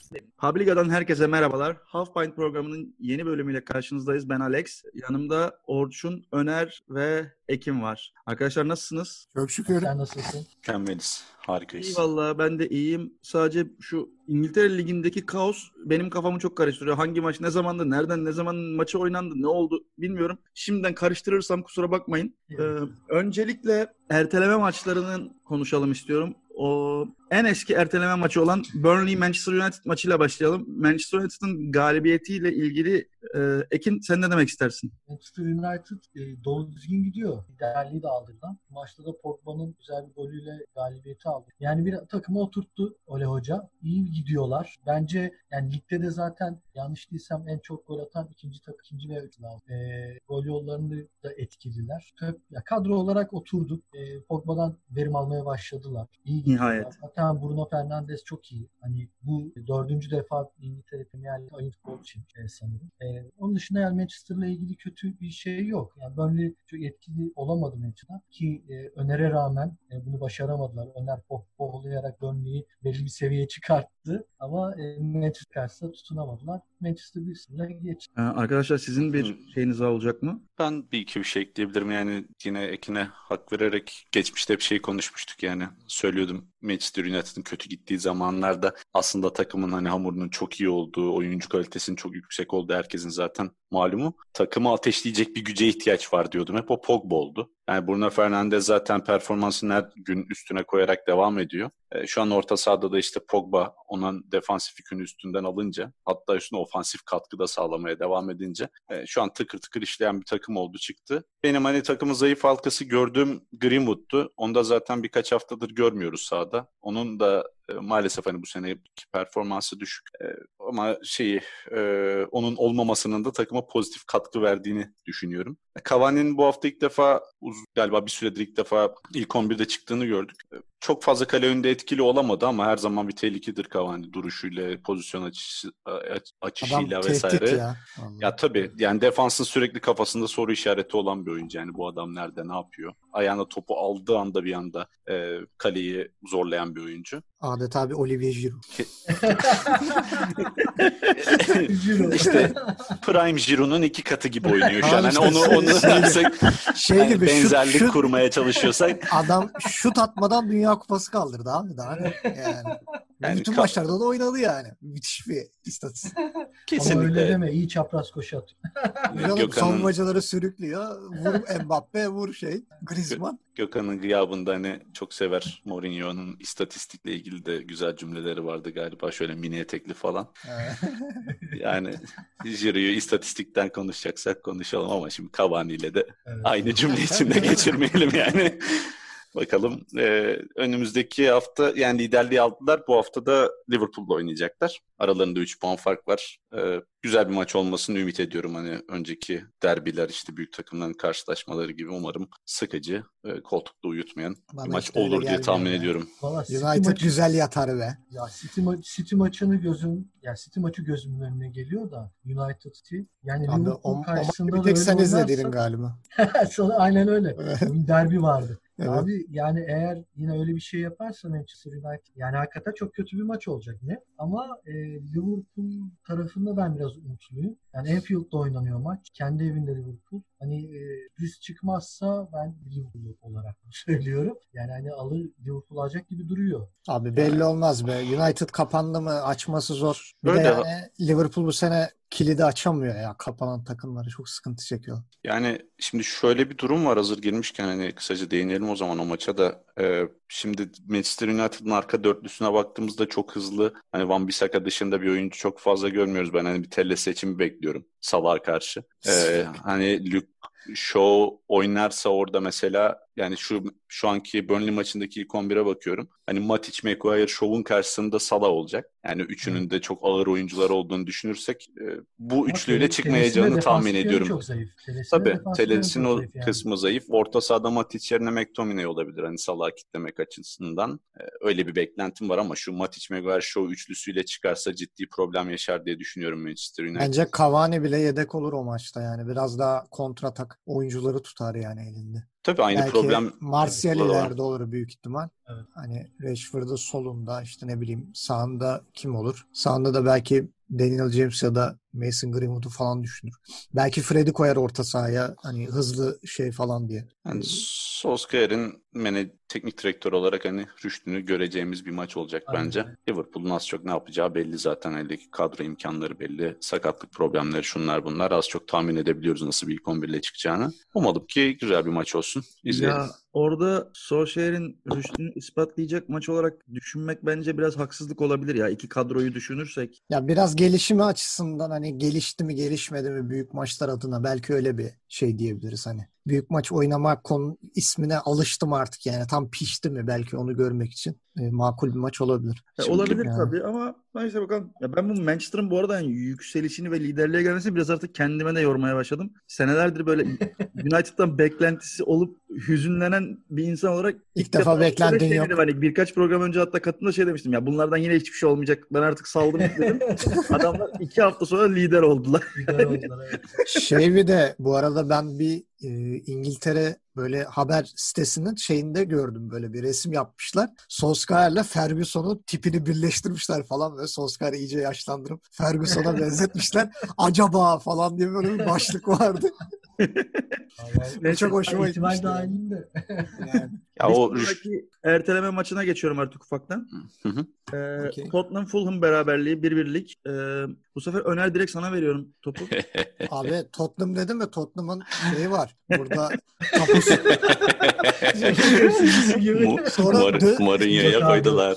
Publica'dan herkese merhabalar. Half Pint programının yeni bölümüyle karşınızdayız. Ben Alex. Yanımda Orçun, Öner ve Ekim var. Arkadaşlar nasılsınız? Çok şükür. Sen nasılsın? Mükemmeliz. Harikayız. İyi valla ben de iyiyim. Sadece şu İngiltere Ligi'ndeki kaos benim kafamı çok karıştırıyor. Hangi maç ne zamandı, nereden ne zaman maçı oynandı, ne oldu bilmiyorum. Şimdiden karıştırırsam kusura bakmayın. Öncelikle erteleme maçlarının konuşalım istiyorum. O en eski erteleme maçı olan Burnley-Manchester United maçıyla başlayalım. Manchester United'ın galibiyetiyle ilgili Ekin sen ne demek istersin? Manchester United doğru düzgün gidiyor. Liderliği de aldırdan. Maçta da Pogba'nın güzel bir golüyle galibiyeti aldı. Yani bir takımı oturttu Ole Hoca. İyi gidiyorlar. Bence yani ligde de zaten yanlış değilsem en çok gol atan ikinci ve üçüncü. Gol yollarını da etkililer. Ya kadro olarak oturduk. Pogba'dan verim almaya başladılar. İyi gidiyorlar. Nihayet. Zaten Bruno Fernandes çok iyi. Hani bu dördüncü defa İngiltere Premier Lig ayın futbol için sanırım. Onun dışında yani Manchester'la ilgili kötü bir şey yok. Yani Burnley çok etkili olamadı Manchester'da ki Öner'e rağmen bunu başaramadılar. Öner pohlayarak Burnley'i belli bir seviyeye çıkarttı ama Manchester karşısında tutunamadılar. Manchester 1-0'la geçti. Arkadaşlar sizin bir şeyiniz daha olacak mı? Ben bir iki bir şey ekleyebilirim. Yani yine Ekin'e hak vererek geçmişte bir şey konuşmuştuk yani. Söylüyordum Manchester United'ın kötü gittiği zamanlarda aslında takımın hani hamurunun çok iyi olduğu, oyuncu kalitesinin çok yüksek olduğu herkesin zaten malumu. Takımı ateşleyecek bir güce ihtiyaç var diyordum. Hep o Pogba oldu. Yani Bruno Fernandes zaten performansını her gün üstüne koyarak devam ediyor. Şu an orta sahada da işte Pogba onun defansif yükünü üstünden alınca hatta üstüne ofansif katkı da sağlamaya devam edince şu an tıkır tıkır işleyen bir takım oldu çıktı. Benim hani takımın zayıf halkası gördüğüm Greenwood'tu. Onu da zaten birkaç haftadır görmüyoruz sahada. Onun da maalesef hani bu sene performansı düşük. Ama onun olmamasının da takıma pozitif katkı verdiğini düşünüyorum. Cavani'nin bu hafta ilk defa galiba bir süredir ilk defa ilk 11'de çıktığını gördük. Çok fazla kale önünde etkili olamadı ama her zaman bir tehlikedir Cavani duruşuyla, pozisyon açışıyla adam vesaire. tehdit ya. Ya tabii yani defansın sürekli kafasında soru işareti olan bir oyuncu. Yani bu adam nerede, ne yapıyor? Ayağına topu aldığı anda bir anda kaleyi zorlayan bir oyuncu. Adeta bir Olivier Giroud. İşte Prime Giroud'un 2 katı gibi oynuyor şu an. Hani onu gibi benzerlik kurmaya çalışıyorsak. Adam şut atmadan Dünya Kupası kaldırdı abi daha ne? Yani bütün maçlarda da oynadı yani. Müthiş bir istatistik. Kesinlikle. Ama öyle deme. İyi çapraz koşu atıyor. Savunmacıları sürüklüyor. Vur Mbappe, vur Griezmann. Gökhan'ın gıyabında hani çok sever Mourinho'nun istatistikle ilgili de güzel cümleleri vardı galiba. Şöyle mini etekli falan. Yani Giroud'u istatistikten konuşacaksak konuşalım ama şimdi Cavani ile de aynı cümle içinde geçirmeyelim yani. Bakalım önümüzdeki hafta yani liderliği aldılar. Bu hafta da Liverpool'la oynayacaklar. Aralarında 3 puan fark var. Güzel bir maç olmasını ümit ediyorum. Hani önceki derbiler işte büyük takımların karşılaşmaları gibi umarım sıkıcı, koltukta uyutmayan bir maç olur diye tahmin ediyorum. United güzel yatar be. Ya City maçı gözümün önüne geliyor da United City. Yani abi, Liverpool karşısında bir tek sen izledin galiba. Aynen öyle. Bugün derbi vardı. Evet. Abi yani eğer yine öyle bir şey yaparsa Manchester United yani hakikaten çok kötü bir maç olacak ne? Ama Liverpool tarafında ben biraz umutluyum. Yani Anfield'da oynanıyor maç. Kendi evinde Liverpool. Hani risk çıkmazsa ben Liverpool olarak söylüyorum. Yani hani Liverpool alacak gibi duruyor. Abi belli olmaz be. United kapandı mı açması zor. Bir Öyle. de yani Liverpool bu sene kilidi açamıyor ya. Kapanan takımları çok sıkıntı çekiyor. Yani şimdi şöyle bir durum var hazır girmişken hani kısaca değinelim o zaman o maça da. Şimdi Manchester United'ın arka dörtlüsüne baktığımızda çok hızlı hani Van Bissaka dışında bir oyuncu çok fazla görmüyoruz. Ben hani bir Telles seçimi bekliyorum Salah'a karşı. Hani Luke Shaw oynarsa orada mesela yani şu anki Burnley maçındaki ilk 11'e bakıyorum. Hani Matic, Maguire, Shaw'un karşısında Salah olacak. Yani üçünün de çok ağır oyuncular olduğunu düşünürsek bu üçlüyle çıkmayacağını tahmin ediyorum. Çok zayıf. Tabii Telles'in o yani. kısmı zayıf. Orta sahada Matic yerine McTominay olabilir. Hani Salah'ı kitlemek açısından. Öyle bir beklentim var ama şu Matic, Maguire, Shaw üçlüsüyle çıkarsa ciddi problem yaşar diye düşünüyorum Manchester United. Bence Cavani bile yedek olur o maçta yani. Biraz daha kontratak oyuncuları tutar yani elinde. Tabii aynı Belki problem Martial var. ileride olur büyük ihtimal. Evet. Hani Rashford'da solunda işte ne bileyim sağında kim olur? Sağında da belki Daniel James ya da Mason Greenwood'u falan düşünür. Belki Fred'i koyar orta sahaya hani hızlı şey falan diye. Yani Solskjaer'in teknik direktör olarak hani rüştünü göreceğimiz bir maç olacak Aynen. bence. Liverpool'un az çok ne yapacağı belli zaten. Eldeki kadro imkanları belli. Sakatlık problemleri şunlar bunlar. Az çok tahmin edebiliyoruz nasıl bir ilk 11 ile çıkacağını. Umalım ki güzel bir maç olsun. İzleyelim. Ya orada Solskjaer'in rüştünü ispatlayacak maç olarak düşünmek bence biraz haksızlık olabilir ya. İki kadroyu düşünürsek. Ya biraz gelişimi açısından hani gelişti mi gelişmedi mi büyük maçlar adına belki öyle bir şey diyebiliriz hani. Büyük maç oynamak ismine alıştım artık yani tam pişti mi belki onu görmek için makul bir maç olabilir. Olabilir Yani. tabii ama neyse bakalım. Ya ben bu Manchester'ın bu arada yani yükselişini ve liderliğe gelmesini biraz artık kendime de yormaya başladım. Senelerdir böyle United'dan beklentisi olup hüzünlenen bir insan olarak İlk defa beklentin yok. dedim. Hani birkaç program önce hatta katılımda şey demiştim ya bunlardan yine hiçbir şey olmayacak. Ben artık saldım dedim. Adamlar 2 hafta sonra lider oldular. Lider oldular, evet. Şey bir de bu arada ben bir İngiltere böyle haber sitesinin şeyinde gördüm böyle bir resim yapmışlar. Solskjaer'le Ferguson'un tipini birleştirmişler falan böyle Solskjaer'i iyice yaşlandırıp Ferguson'a benzetmişler. Acaba falan diye böyle bir başlık vardı. Vallahi Çok hoşuma ihtimal gitmişti. dahilinde. Yani. Ya Bir o sonraki erteleme maçına geçiyorum artık ufaktan. Hı hı. Okay. Tottenham Fulham beraberliği 1-1'lik. Bu sefer Öner direkt sana veriyorum topu. Abi Tottenham dedim ve Tottenham'ın şeyi var. Burada tapusu. Mourinho'ya koydular.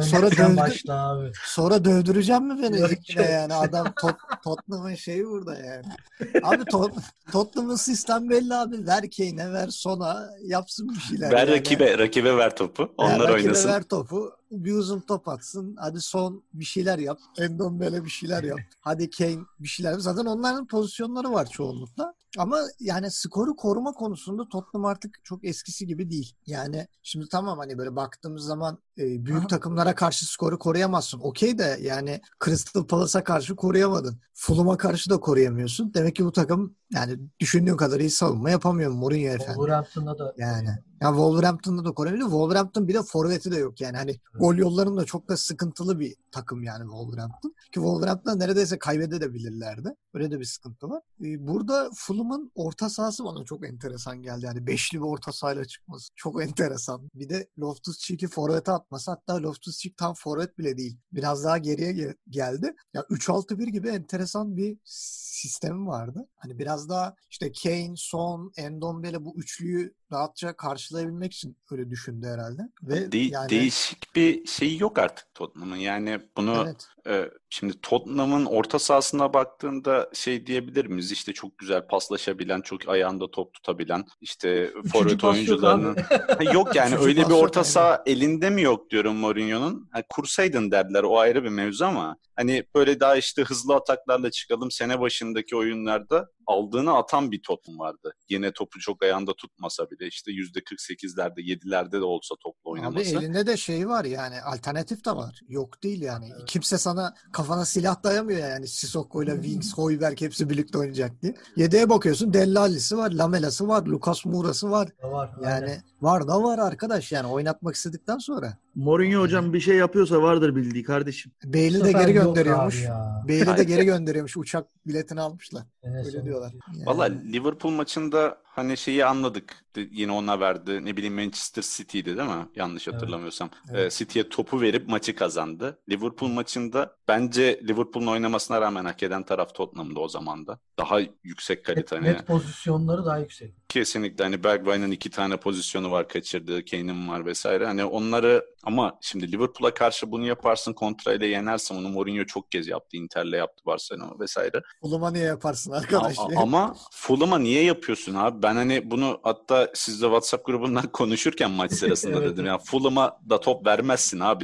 Sonra dövdüreceğim mi beni? Yok, Yine yani adam Tottenham'ın şeyi burada yani. Abi Tottenham'ın sistem belli abi. Ver Kane'e ver Son'a yapsın bir şeyler Ver yani. rakibe ver topu. Onlar rakibe oynasın. ver topu. Bir uzun top atsın. Hadi Son bir şeyler yap. Endombele bir şeyler yap. Hadi Kane bir şeyler yap. Zaten onların pozisyonları var çoğunlukla. Ama yani skoru koruma konusunda Tottenham artık çok eskisi gibi değil. Yani şimdi tamam hani böyle baktığımız zaman büyük takımlara karşı skoru koruyamazsın. Okey de yani Crystal Palace'a karşı koruyamadın. Fulham'a karşı da koruyamıyorsun. Demek ki bu takım yani düşündüğün kadar iyi savunma yapamıyor Mourinho efendi. Wolverhampton'da da yani Wolverhampton'da da koruyabiliyor. Wolverhampton bir de forveti de yok yani. Hani gol yollarında çok da sıkıntılı bir takım yani Wolverhampton. Ki Wolverhampton'da neredeyse kaybedebilirlerdi. Öyle de bir sıkıntı var. Burada Fulham'ın orta sahası bana çok enteresan geldi. Yani beşli bir orta sahayla çıkması çok enteresan. Bir de Loftus-Cheek'i forvete atması. Hatta Loftus-Cheek tam forvet bile değil. Biraz daha geriye geldi. Ya 3-6-1 gibi enteresan bir sistemi vardı. Hani biraz daha işte Kane, Son, Endombele bu üçlüyü rahatça karşılayabilmek için öyle düşündü herhalde. Ve yani değişik bir şey yok artık Tottenham'ın. Yani bunu şimdi Tottenham'ın orta sahasına baktığında şey diyebilir miyiz? İşte çok güzel paslaşabilen, çok ayağında top tutabilen, işte forvet oyuncularının yok yani öyle bir orta saha elinde mi yok diyorum Mourinho'nun. Hani kursaydın derler, o ayrı bir mevzu ama hani böyle daha işte hızlı ataklarla çıkalım, sene başındaki oyunlarda aldığını atan bir Tottenham vardı. Yine topu çok ayağında tutmasa bile işte %48'lerde 7'lerde de olsa topla oynaması. Abi elinde de şey var yani alternatif de var. Yok değil yani. Evet. Kimse sana kafana silah dayamıyor yani. Sissoko'yla Winks, Højbjerg hepsi birlikte oynayacak diye. Yedeğe bakıyorsun Dellali'si var, Lamela'sı var, Lucas Moura'sı var. Yani var arkadaş yani oynatmak istedikten sonra. Mourinho hocam bir şey yapıyorsa vardır bildiği kardeşim. Bale'i de geri gönderiyormuş. Bale'i de geri gönderiyormuş. Uçak biletini almışlar. Öyle diyorlar. Yani. Valla Liverpool maçında hani şeyi anladık. Yine ona verdi. Ne bileyim Manchester City'ydi değil mi? Yanlış hatırlamıyorsam. Evet. City'ye topu verip maçı kazandı. Liverpool maçında bence Liverpool'un oynamasına rağmen hak eden taraf Tottenham'da o zaman da. Daha yüksek kalite. Net pozisyonları daha yüksek. Kesinlikle. Hani Bergwijn'in 2 tane pozisyonu var kaçırdığı. Kane'in var vesaire. Hani onları ama şimdi Liverpool'a karşı bunu yaparsın, kontrayla yenersin. Bunu Mourinho çok kez yaptı. Inter'le yaptı, Barcelona vesaire. Fulham'a niye yaparsın arkadaş? Ama Fulham'a niye yapıyorsun abi? Ben hani bunu hatta sizle WhatsApp grubundan konuşurken maç sırasında dedim. Yani Fulham'a da top vermezsin abi dedim.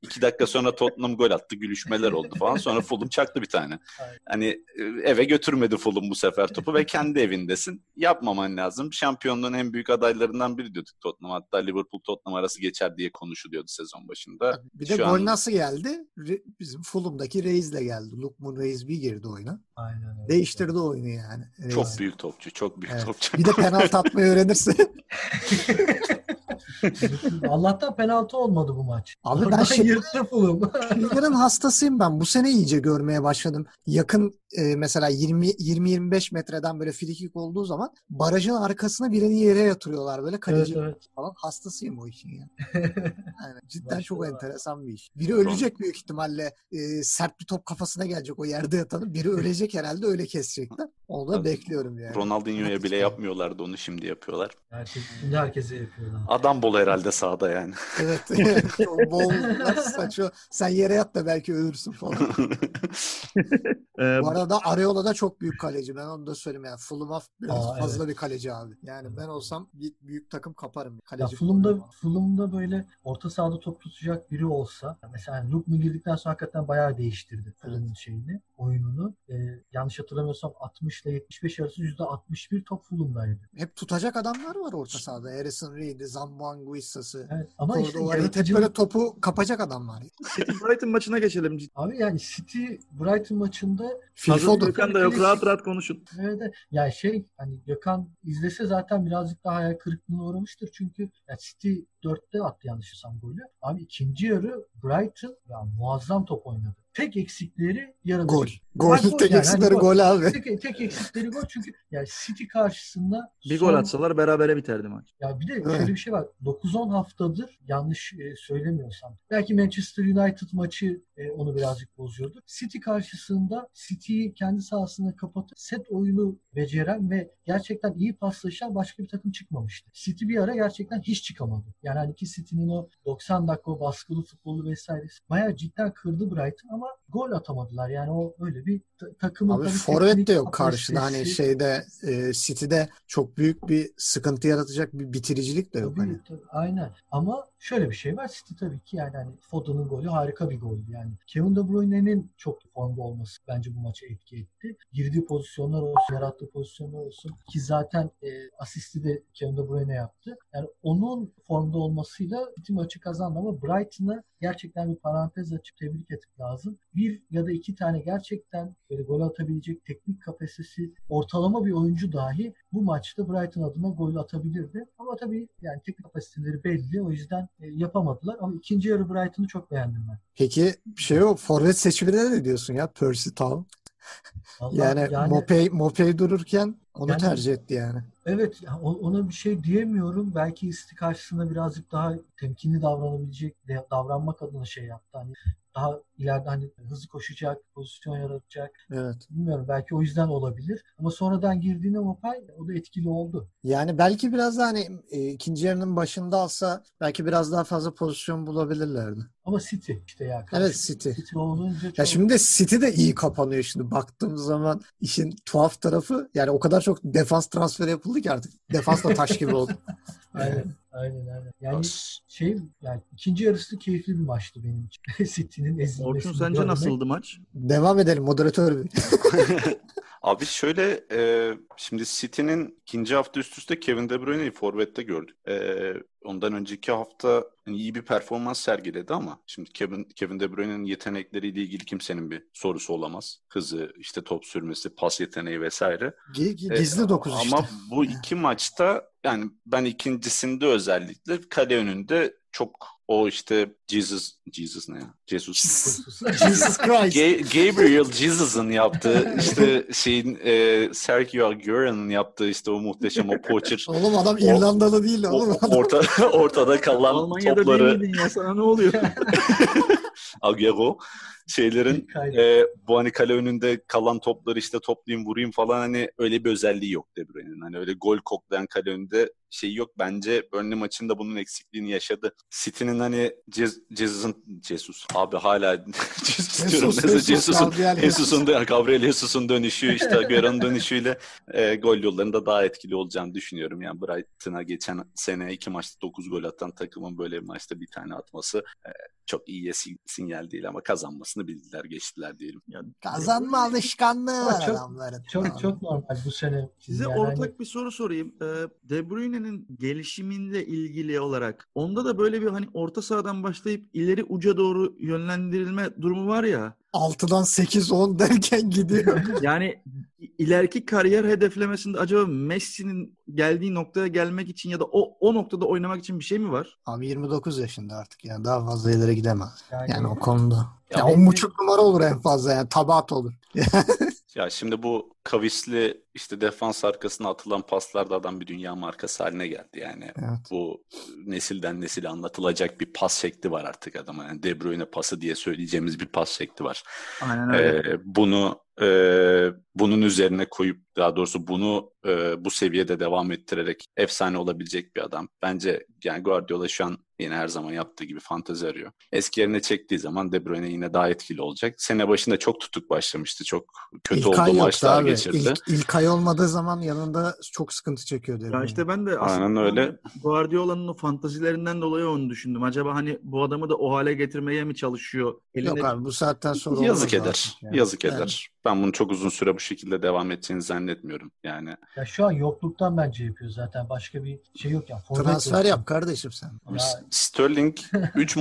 2 dakika sonra Tottenham gol attı. Gülüşmeler oldu falan. Sonra Fulham çaktı bir tane. Hani eve götürmedi Fulham bu sefer topu ve kendi evindesin. Yapmaman lazım. Şampiyonluğun en büyük adaylarından biri diyorduk Tottenham. Hatta Liverpool-Tottenham arası geçer diye konuşuluyordu sezon başında. Bir de gol nasıl geldi? Bizim Fulham'daki Reis'le geldi. Lukman Reis bir girdi oyuna. Aynen öyle. Değiştirdi oyunu yani. Çok büyük topçu. Çok büyük topçu. Bir de penaltı atmayı öğrenirse. Allah'tan penaltı olmadı bu maç. Abi ben yırttı Fulham. Şeylerin hastasıyım ben. Bu sene iyice görmeye başladım. Yakın mesela 20-25 metreden böyle frikik olduğu zaman barajın arkasına birini yere yatırıyorlar böyle kaleci falan. Hastasıyım o işin yani. Yani cidden çok enteresan bir iş. Biri ölecek büyük ihtimalle. Sert bir top kafasına gelecek o yerde yatanın. Biri ölecek herhalde, öyle kesecekler. Onu da bekliyorum yani. Ronaldinho'ya bile yapmıyorlardı onu, şimdi yapıyorlar. Şimdi herkese yapıyorlar. Adam bol herhalde sahada yani. Evet. Bol saçı. Sen yere yat da belki ölürsün falan. Bu arada Areola da çok büyük kaleci. Ben onu da söyleyeyim yani. Fulham'a biraz fazla bir kaleci abi. Yani ben olsam bir büyük takım kaparım. Kaleci Fulham'da böyle orta sahada top tutacak biri olsa, mesela Lukman girdikten sonra hakikaten bayağı değiştirdi Fulham'ın şeyini, oyununu. Yanlış hatırlamıyorsam 60 ile 75 arası %61 top Fulham'daydı. Hep tutacak adamlar var orta sahada. Harrison Reed'i, Zamboanguissa'sı. Evet, ama işte hep böyle topu kapacak adamlar. City Brighton maçına geçelim. Abi yani City Brighton maçında Gökhan da yok, rahat konuşun. Evet. Yani hani Gökhan izlese zaten birazcık daha hayal kırıklığına uğramıştır. Çünkü City 4'te attı yanlışlıysam golü. Abi ikinci yarı Brighton muazzam top oynadı. Tek eksikleri yarıda. Gol. Tek eksikleri gol abi. Tek eksikleri gol, çünkü yani City karşısında bir gol atsalar berabere biterdi maç. Ya bir de şöyle bir şey var. 9-10 haftadır, yanlış söylemiyorsam, belki Manchester United maçı onu birazcık bozuyordu. City karşısında City'yi kendi sahasına kapatıp set oyunu beceren ve gerçekten iyi paslaşan başka bir takım çıkmamıştı. City bir ara gerçekten hiç çıkamadı. Yani hani ki City'nin o 90 dakika baskılı futbolu vesairesi bayağı cidden kırdı Brighton ama gol atamadılar. Yani o öyle bir takımın... Abi forvet de yok karşıda. Hani City'de çok büyük bir sıkıntı yaratacak bir bitiricilik de yok. Tabii. Aynen. Ama şöyle bir şey var. City tabii ki yani hani Foden'ın golü harika bir gol. Yani Kevin De Bruyne'nin çok formda olması bence bu maça etki etti. Girdiği pozisyonlar olsun, yarattığı pozisyonlar olsun ki zaten asisti de Kevin De Bruyne yaptı. Yani onun formda olmasıyla City maçı kazandı ama Brighton'a gerçekten bir parantez açıp tebrik etmek lazım. Bir ya da iki tane gerçekten böyle gol atabilecek teknik kapasitesi ortalama bir oyuncu dahi bu maçta Brighton adına gol atabilirdi. Ama tabii yani teknik kapasiteleri belli. O yüzden yapamadılar. Ama ikinci yarı Brighton'u çok beğendim ben. Peki forvet seçimine ne diyorsun ya? Percy Tau. Yani Mopey dururken onu tercih etti yani. Evet, ona bir şey diyemiyorum. Belki City karşısında birazcık daha temkinli davranmak adına yaptı. Hani daha ileride hani hızlı koşacak, pozisyon yaratacak. Evet. Bilmiyorum, belki o yüzden olabilir. Ama sonradan girdiğinde Mopay o da etkili oldu. Yani belki biraz daha hani ikinci yarının başında alsa belki biraz daha fazla pozisyon bulabilirlerdi. Ama City işte ya. Evet, City olunca çok... Ya şimdi City de iyi kapanıyor şimdi. Baktığımız zaman işin tuhaf tarafı, yani o kadar çok defans transferi yapıldı ki artık defans da taş gibi oldu. Aynen. Yani yani ikinci yarısı keyifli bir maçtı benim için. City'nin ezilmesi. Orçun, sence nasıldı maç? Devam edelim moderatör. Abi şöyle, şimdi City'nin ikinci hafta üst üste Kevin De Bruyne'yi forvette gördük. Ondan önceki hafta iyi bir performans sergiledi ama şimdi Kevin De Bruyne'nin yetenekleriyle ilgili kimsenin bir sorusu olamaz. Hızı, işte top sürmesi, pas yeteneği vesaire. Gizli 9 işte. Ama bu iki maçta yani ben ikincisinde özellikle kale önünde çok o işte Jesus ne ya? Jesus Christ. Gabriel Jesus'ın yaptığı işte Sergio Aguero'nun yaptığı işte o muhteşem o poacher. Oğlum adam İrlandalı değil oğlum. Ortada kalan Almanya'da topları. değil miydin ya, sana ne oluyor? Aguero bu hani kale önünde kalan topları işte toplayayım vurayım falan, hani öyle bir özelliği yok De Bruyne'nin. Hani öyle gol koklayan kale önünde yok. Bence Burnley maçında bunun eksikliğini yaşadı. City'nin hani Jesus abi hala Jesus diyorum. Gabriel Jesus'un dönüşü, işte Agüero'nun dönüşüyle gol yollarında daha etkili olacağını düşünüyorum. Yani Brighton'a geçen sene 2 maçta 9 gol atan takımın böyle bir maçta bir tane atması çok iyi sinyal değil ama kazanmasını bildiler, geçtiler diyelim. Yani Kazanma alışkanlığı var Çok- adamların. Çok normal bu sene. size Yani ortak hani- bir soru sorayım. De Bruyne'nin gelişimiyle ilgili olarak onda da böyle bir hani orta sahadan başlayıp ileri uca doğru yönlendirilme durumu var ya. 6'dan 8-10 derken gidiyor. Yani ileriki kariyer hedeflemesinde acaba Messi'nin geldiği noktaya gelmek için ya da o noktada oynamak için bir şey mi var? Abi 29 yaşında artık yani daha fazla ileri gidemez. Yani- Yani o konuda. Ya Ya benim- 10,5 numara olur en fazla yani tabat olur. Ya şimdi bu kavisli işte defans arkasına atılan paslarda adam bir dünya markası haline geldi yani. Evet. Bu nesilden nesile anlatılacak bir pas şekli var artık adama. Yani De Bruyne pası diye söyleyeceğimiz bir pas şekli var. Aynen öyle. Bunun üzerine koyup daha doğrusu bunu bu seviyede devam ettirerek efsane olabilecek bir adam. Bence yani Guardiola şu an yine her zaman yaptığı gibi fantezi arıyor. Eski yerine çektiği zaman De Bruyne yine daha etkili olacak. Sene başında çok tutuk başlamıştı. Çok kötü İlk ay olduğu yoktu maçlar abi. geçirdi. İlk ay olmadığı zaman yanında çok sıkıntı çekiyordu. Ya işte ben de Aynen aslında öyle. Guardiola'nın o fantazilerinden dolayı onu düşündüm. Acaba hani bu adamı da o hale getirmeye mi çalışıyor? Yok abi bu saatten sonra Yazık olmaz eder. artık yani. Yazık Evet. eder. Ben bunu çok uzun süre bu şekilde devam edeceğini zannetmiyorum. Yani Ya şu an yokluktan bence yapıyor zaten. Başka bir şey yok ya. Forvet Transfer yok. yap kardeşim sen. Ya, Sterling 3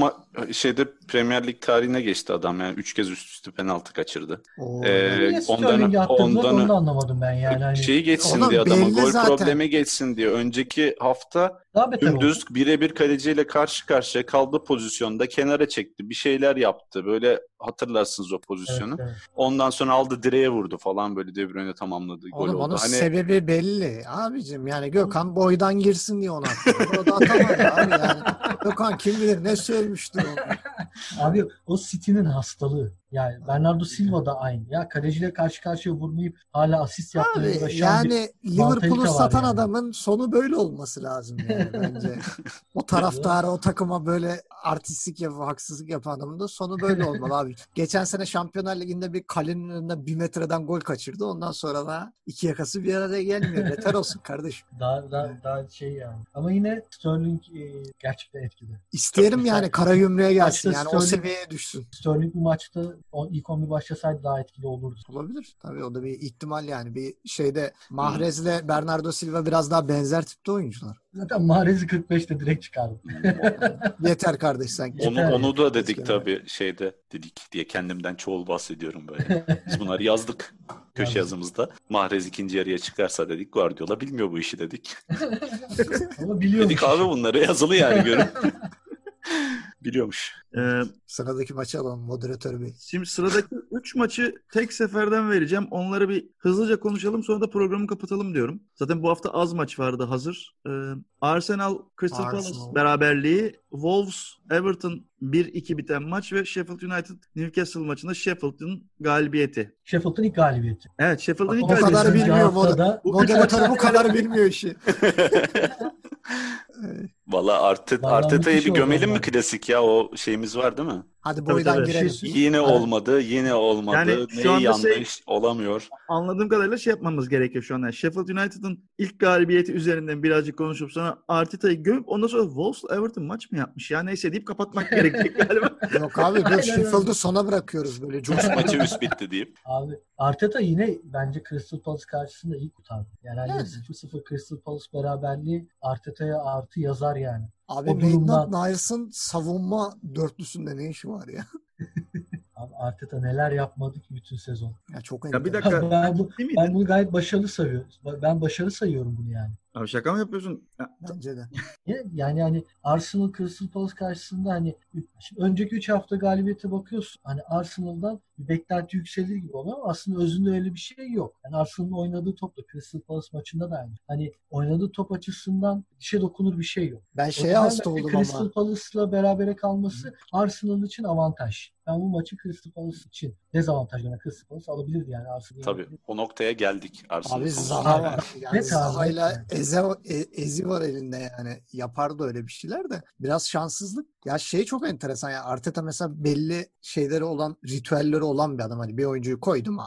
Premier Lig tarihine geçti adam yani 3 kez üst üste penaltı kaçırdı. Oo, niye ondan- Sterling'i attırdılar ondan- onu da anlamadım ben yani. Hani Şeyi geçsin Oğlum diye adamın belli gol zaten. problemi geçsin diye önceki hafta daha beter oldu. dümdüz birebir kaleciyle karşı karşıya kaldı pozisyonda kenara çekti bir şeyler yaptı böyle hatırlarsınız o pozisyonu. Evet, evet. Ondan sonra aldı direğe vurdu falan böyle De Bruyne tamamladı gol Oğlum oldu. onun Hani sebebi belli abicim. Yani Gökhan boydan girsin diye onu attı. O da atamadı abi yani. Gökhan kim bilir ne sövmüştür onu. Abi o City'nin hastalığı. Yani Bernardo Silva da aynı. Ya kaleciyle karşı karşıya vurmayıp hala asist yapmaya Abi uğraşan bir yani Liverpool'u mantalite var satan yani. adamın sonu böyle olması lazım yani bence. O taraftarı o takıma böyle artistlik yapıp haksızlık yapan adamın da sonu böyle olmalı abi. Geçen sene Şampiyonlar Ligi'nde bir kalenin önünden 1 metreden gol kaçırdı. Ondan sonra da iki yakası bir araya gelmiyor. Beter olsun kardeşim. Daha şey yani. Ama yine Sterling gerçekten etkili. İsteyelim Çok yani güzel. Karagümrük'e gelsin. Maçta Yani o Sterling- seviyeye düşsün. Sterling bu maçta ilk 11 başlasaydı daha etkili olurdu. Olabilir. Tabii o da bir ihtimal yani. Bir şeyde Mahrez'le Bernardo Silva biraz daha benzer tipte oyuncular. Zaten Mahrez'i 45'te direkt çıkardı. Yeter kardeş sen. onu da dedik Eskiden. tabii şeyde dedik diye kendimden çoğul bahsediyorum böyle. Biz bunları yazdık köşe yazımızda. Mahrez ikinci yarıya çıkarsa dedik Guardiola bilmiyor bu işi dedik. Ama biliyormuş. Dedik abi bunları yazılı yani görün. Biliyormuş. Sıradaki maçı alalım moderatör bey. Şimdi sıradaki 3 maçı tek seferden vereceğim. Onları bir hızlıca konuşalım sonra da programı kapatalım diyorum. Zaten bu hafta az maç vardı hazır. Arsenal Crystal Palace beraberliği, Wolves Everton 1-2 biten maç ve Sheffield United Newcastle maçında Sheffield'ın galibiyeti. Sheffield'ın ilk galibiyeti. Evet Sheffield'ın ilk O kadar galibiyeti. bilmiyor haftada- moderatör bu kadar bilmiyor işi. Valla Vallahi Arteta'yı müthiş bir gömelim oldu mi klasik ya o şeyimiz var değil mi? Hadi boydan tabii. girelim. Yine olmadı Yani şu neyi anda yanlış olamıyor. Anladığım kadarıyla şey yapmamız gerekiyor şu an. Yani Sheffield United'ın ilk galibiyeti üzerinden birazcık konuşup sonra Arteta'yı gömüp ondan sonra Wolves Everton maç mı yapmış ya neyse deyip kapatmak gerekecek galiba. Yok abi dur Sheffield'ı sona bırakıyoruz böyle. Maçı üst bitti deyip. Abi Arteta yine bence Crystal Palace karşısında iyi kurtardı. Yani hani Yani. 0-0 Crystal Palace beraberliği Arteta'ya artı yazar yani. Abi O durumdan- Maitland-Niles'ın savunma dörtlüsünde ne işi var ya? Abi Arteta neler yapmadı ki bütün sezon. Ya çok Ya bir enteresan. dakika. Ben Değil miydi? bunu gayet başarılı sayıyorum. Ben başarı sayıyorum bunu yani. Abi şaka mı yapıyorsun? Ya, Bence de. Yani hani Arsenal Crystal Palace karşısında hani şimdi önceki 3 hafta galibiyete bakıyorsun. Hani Arsenal'dan bir beklenti yükselir gibi oluyor ama aslında özünde öyle bir şey yok. Yani Arsenal'ın oynadığı topla Crystal Palace maçında da aynı. Hani oynadığı top açısından dişe dokunur bir şey yok. Ben O şeye yüzden hasta bence oldum Crystal ama. Palace'la berabere kalması Arsenal için avantaj. Ben bu maçı Crystal Palace için dezavantaj gene Crystal Palace alabilirdi yani Arsenal. Tabii o noktaya geldik Arsenal Abi konusunda. Zaha var. Yani Net abi, Zaha'yla net Ezi var elinde yani. Yapardı öyle bir şeyler de. Biraz şanssızlık. Ya şey çok enteresan ya. Arteta mesela belli şeyleri olan, ritüelleri olan bir adam. Hani bir oyuncuyu koydum abi.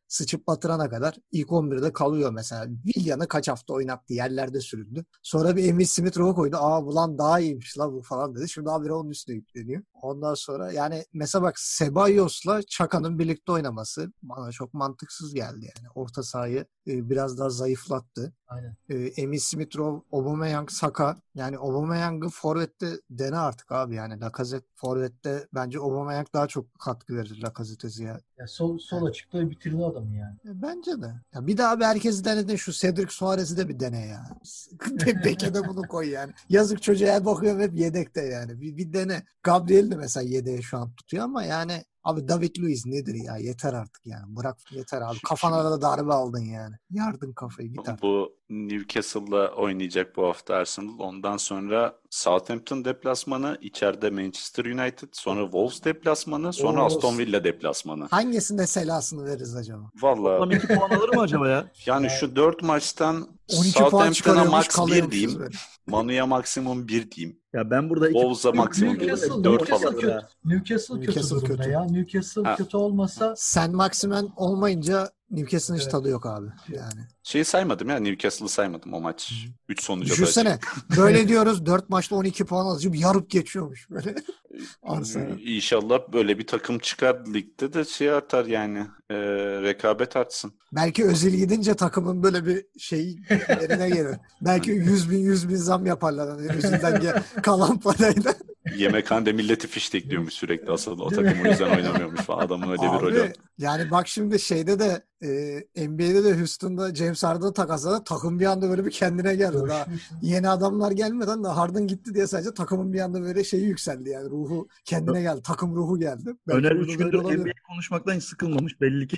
sıçıp batırana kadar ilk 11'de kalıyor mesela. Willian'ı kaç hafta oynattı, yerlerde süründü. Sonra bir Emil Smith Rowe koydu. Bu lan daha iyiymiş la bu falan dedi. Şimdi habire onun üstüne yükleniyor. Ondan sonra yani mesela bak Ceballos Çaka'nın birlikte oynaması bana çok mantıksız geldi yani. Orta sahayı biraz daha zayıflattı. Aynen. Emil Smith Rowe, Aubameyang, Saka. Yani Aubameyang'ı forvette dene artık abi yani. Lacazette forvette bence Aubameyang daha çok katkı verir Lacazette'e ziyade. Ya sol açıkta bitirdi adamı yani. Bence de. Ya bir daha bir herkesi denedin şu Cedric Suarez'i de bir dene ya. Beke de bunu koy yani. Yazık çocuğa bakıyorum hep yedekte yani. Bir dene. Gabriel de mesela yedeğe şu an tutuyor ama yani abi David Luiz nedir ya? Yeter artık yani. Bırak yeter abi. Kafana da darbe aldın yani. Yardın kafayı git artık. Bu Newcastle'la oynayacak bu hafta Arsenal. Ondan sonra Southampton deplasmanı, içeride Manchester United, sonra Wolves deplasmanı, sonra Aston Villa deplasmanı. Hangisinde selasını veririz acaba? Vallahi Tam 2 puan alır mı acaba ya? yani şu 4 maçtan 12 puan Southampton'a çıkarıyormuş max 1 kalıyormuşuz diyeyim. böyle. Manu'ya maksimum 1 diyeyim. Ya ben burada 2 Wolves'a maksimum Newcastle 4 Newcastle falan. kötü. Newcastle Newcastle kötü durumda kötü. ya. Newcastle Ha. kötü olmasa Sen Maximen olmayınca Newcastle'ın hiç Evet. tadı yok abi. Yani. Şeyi saymadım ya, Newcastle'ı saymadım o maç. 3 sonuca da Düşünsene böyle diyoruz 4 maçta 12 puan alacağım yarıp geçiyormuş böyle. Arsenal. İnşallah böyle bir takım çıkar ligde de şey artar yani rekabet artsın. Belki Özil gidince takımın böyle bir şey yerine gelir. Belki 100 bin zam yaparlar. Hani Özil'den kalan parayla. Yemekhanede milleti fiştekliyormuş sürekli, asıl o takım o yüzden oynamıyormuş falan. Adamın öyle bir rolü. Abi yani bak şimdi şeyde de NBA'de de Houston'da James Harden takasladı. Takım bir anda böyle bir kendine geldi. Daha coşmuş. yeni adamlar gelmeden de Harden gitti diye sadece takımın bir anda böyle şeyi yükseldi yani. Ruhu kendine geldi. Takım ruhu geldi. Belki Öner burada 3 da öyle gündür olabilir. NBA konuşmaktan hiç sıkılmamış belli ki.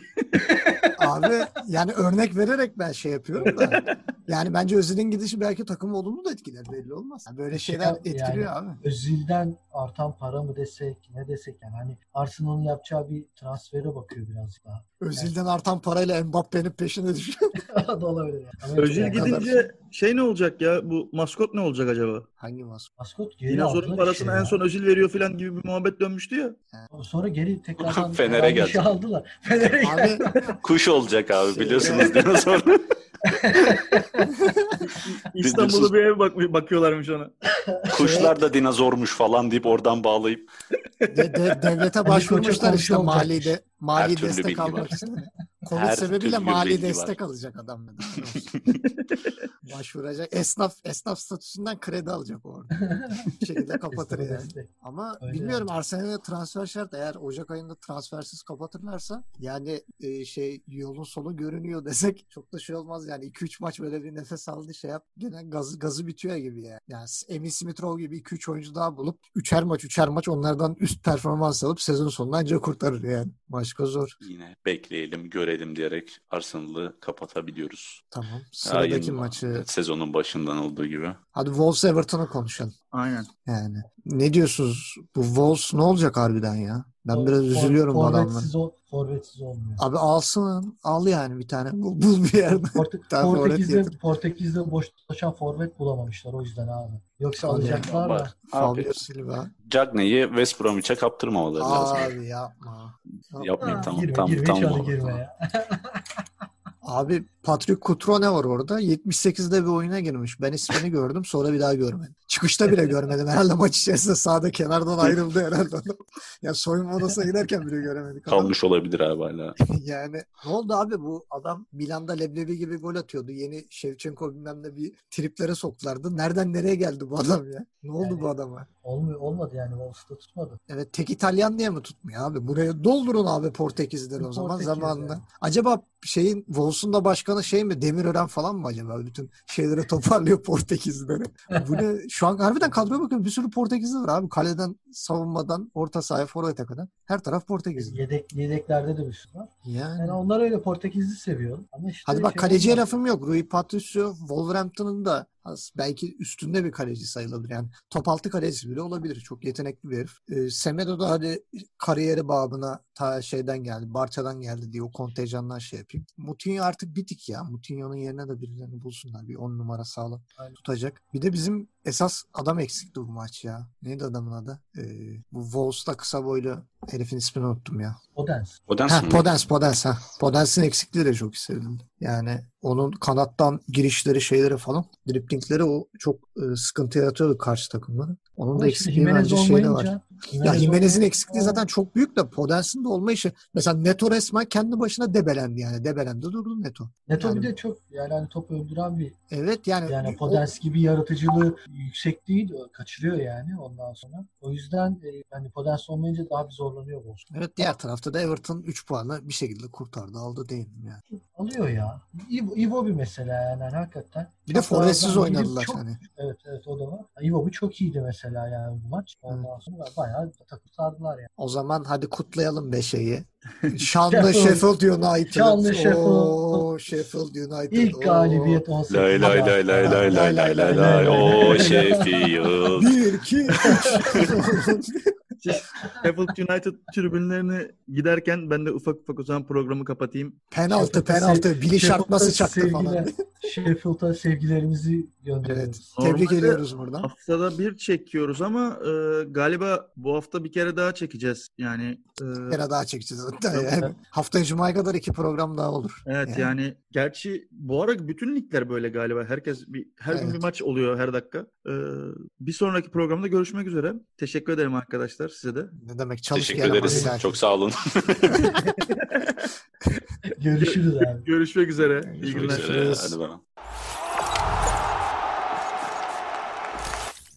Abi yani örnek vererek ben şey yapıyorum da. Yani bence Özil'in gidişi belki takımı olumlu da etkiler, belli olmaz. Yani böyle şeyler Yani etkiliyor abi. Özil'den artan para mı desek ne desek yani hani Arsenal'ın yapacağı bir transfere bakıyor birazcık daha. Özil'den artan parayla Mbappe'nin peşine düşüyor. Da olabilir yani. Ama Özil yani gidince şey ne olacak ya? Bu maskot ne olacak acaba? Hangi maskot? maskot geri Dinozorun aldılar parasını işte en ya. son Özil veriyor falan gibi bir muhabbet dönmüştü ya. Sonra geri tekrardan Fener'e bir geldi. şey aldılar. Fener'e geldi. Abi Kuş olacak abi, biliyorsunuz dinozor. İstanbul'da bir ev bakıyorlarmış ona. Kuşlar da dinozormuş falan deyip oradan bağlayıp devlete Ali başvurmuşlar Koç'a işte komşu mali Her türlü destek bilgi almak var. için. Covid Her sebebiyle türlü mali bilgi destek var. alacak adam dedi. Başvuracak. Esnaf statüsünden kredi alacak orada. Bir şekilde kapatır Esnafa yani. destek. Ama Öyle bilmiyorum Arsenal'e transfer şart. Eğer Ocak ayında transfersiz kapatırlarsa yani yolun sonu görünüyor desek çok da şey olmaz yani. 2-3 maç böyle bir nefes aldı şey yap. Gene gazı bitiyor gibi yani. Yani Emil Smith Rowe gibi 2-3 oyuncu daha bulup 3'er maç onlardan üst performans alıp sezon sonunu ancak kurtarır yani. Başka zor. Yine bekleyelim, görelim diyerek Arsenal'ı kapatabiliyoruz. Tamam. Sıradaki Ayın, maçı. sezonun başından olduğu gibi. Hadi Wolves Everton'u konuşalım. Aynen. Yani. Ne diyorsunuz? Bu Wolves ne olacak harbiden ya? Ben biraz üzülüyorum bu adamlara. Forvetsiz olmuyor. Abi alsın. Al yani bir tane. Bul bir yerde. Portekiz'de boşlaşan forvet bulamamışlar o yüzden abi. Yoksa Tabii. alacaklar da. Bak, Fabio abi, Silva. Cagney'i West Bromwich'e kaptırmamaları lazım. Abi yapma. Yapmayın, tamam. Girme hiç Tamam. girme ya. Abi Patrick Cutrone var orada. 78'de bir oyuna girmiş. Ben ismini gördüm. Sonra bir daha görmedim. Çıkışta bile görmedim. Herhalde maç içerisinde sağda kenardan ayrıldı herhalde adam. Ya soyunma odasına giderken bile göremedik. Kalmış olabilir abi hala. Yani ne oldu abi bu adam Milan'da leblebi gibi gol atıyordu. Yeni Şevçenko bilmem ne bir triplere soktulardı. Nereden nereye geldi bu adam ya? Ne oldu Yani- bu adama? Olmadı yani Wolves'ta tutmadı. Evet tek İtalyan diye mi tutmuyor abi? Buraya doldurun abi Portekizleri o zaman Portekiz zamanında. yani. Acaba Wolves'un da başkanı mi Demirören falan mı acaba? Bütün şeyleri toparlıyor Portekizleri. Bu ne? Şu an harbiden kadroya bakıyorum bir sürü Portekizli var abi. Kaleden, savunmadan, orta sahaya, forvete kadar. Her taraf Portekizli. Yedeklerde de bir sürü var. Yani. Yani onlar öyle Portekizli seviyor. Ama işte Hadi bak kaleciye olmaz. lafım yok. Rui Patricio Wolverhampton'ın da belki üstünde bir kaleci sayılabilir. Yani top altı kalecisi bile olabilir. Çok yetenekli bir herif. Semedo da hadi kariyeri babına ta şeyden geldi. Barça'dan geldi diye o kontenjandan şey yapayım. Moutinho artık bitik ya. Moutinho'nun yerine de birilerini bulsunlar. Bir 10 numara sağlam Aynen. tutacak. Bir de bizim esas adam eksikti bu maç ya. Neydi adamın adı? Bu Wolves'ta kısa boylu Herifin ismini unuttum ya. Podence. Podence mi? Podence. Podence'in eksikliği de çok hissedildi. Yani onun kanattan girişleri, şeyleri falan, driplingleri o çok sıkıntı yaratıyordu karşı takımlara. Onun Ama da işte eksikliği Jimenez bence şeyde var. olmayınca Ya Jimenez'in olmayınca- eksikliği zaten çok büyük de Podence'in de olmayışı. Mesela Neto resmen kendi başına debelendi yani. Debelendi durdu Neto. Neto Yani- bir de çok yani hani top öldüren bir Evet yani, yani Podence gibi yaratıcılığı yüksek değil, kaçırıyor yani ondan sonra. O yüzden hani Podence olmayınca daha bir zorlanıyor bu. evet, diğer tarafta da Everton 3 puanı bir şekilde kurtardı, aldı değil mi yani. Alıyor ya. Iwobi mesela yani hakikaten. Bir de Çok daha forvetsiz azdan oynadılar çok- hani. Evet o da var. Iwobi çok iyiydi mesela yani bu maç. Ondan sonra bayağı takım sardılar yani. O zaman hadi kutlayalım be şeyi. Şanlı Sheffield. Sheffield United. Şanlı Sheffield. Oo, Sheffield United. İlk Oo. galibiyet 18. Lay lay lay lay lay lay lay lay lay. O Sheffield. 1, 2, 3. Sheffield United tribünlerine giderken ben de ufak o zaman programı kapatayım. Penaltı. Biliş Sheffield'a artması çaktı falan. Sheffield'a sevgilerimizi Evet. gönderiyoruz. Tebrik Normalde ediyoruz buradan. Haftada bir çekiyoruz ama galiba bu hafta bir kere daha çekeceğiz. Yani Bir kere daha çekeceğiz. Hatta Evet. yani haftaya Cuma'ya kadar 2 program daha olur. evet yani gerçi bu ara bütün ligler böyle galiba. Herkes her gün Evet. bir maç oluyor her dakika. Bir sonraki programda görüşmek üzere. Teşekkür ederim arkadaşlar size de. Ne demek, çalış Teşekkür gel ama ederiz. illa ki. Çok sağ olun. Görüşürüz abi. Görüşmek üzere. İyi Görüşmek günler. üzere. Hadi bakalım.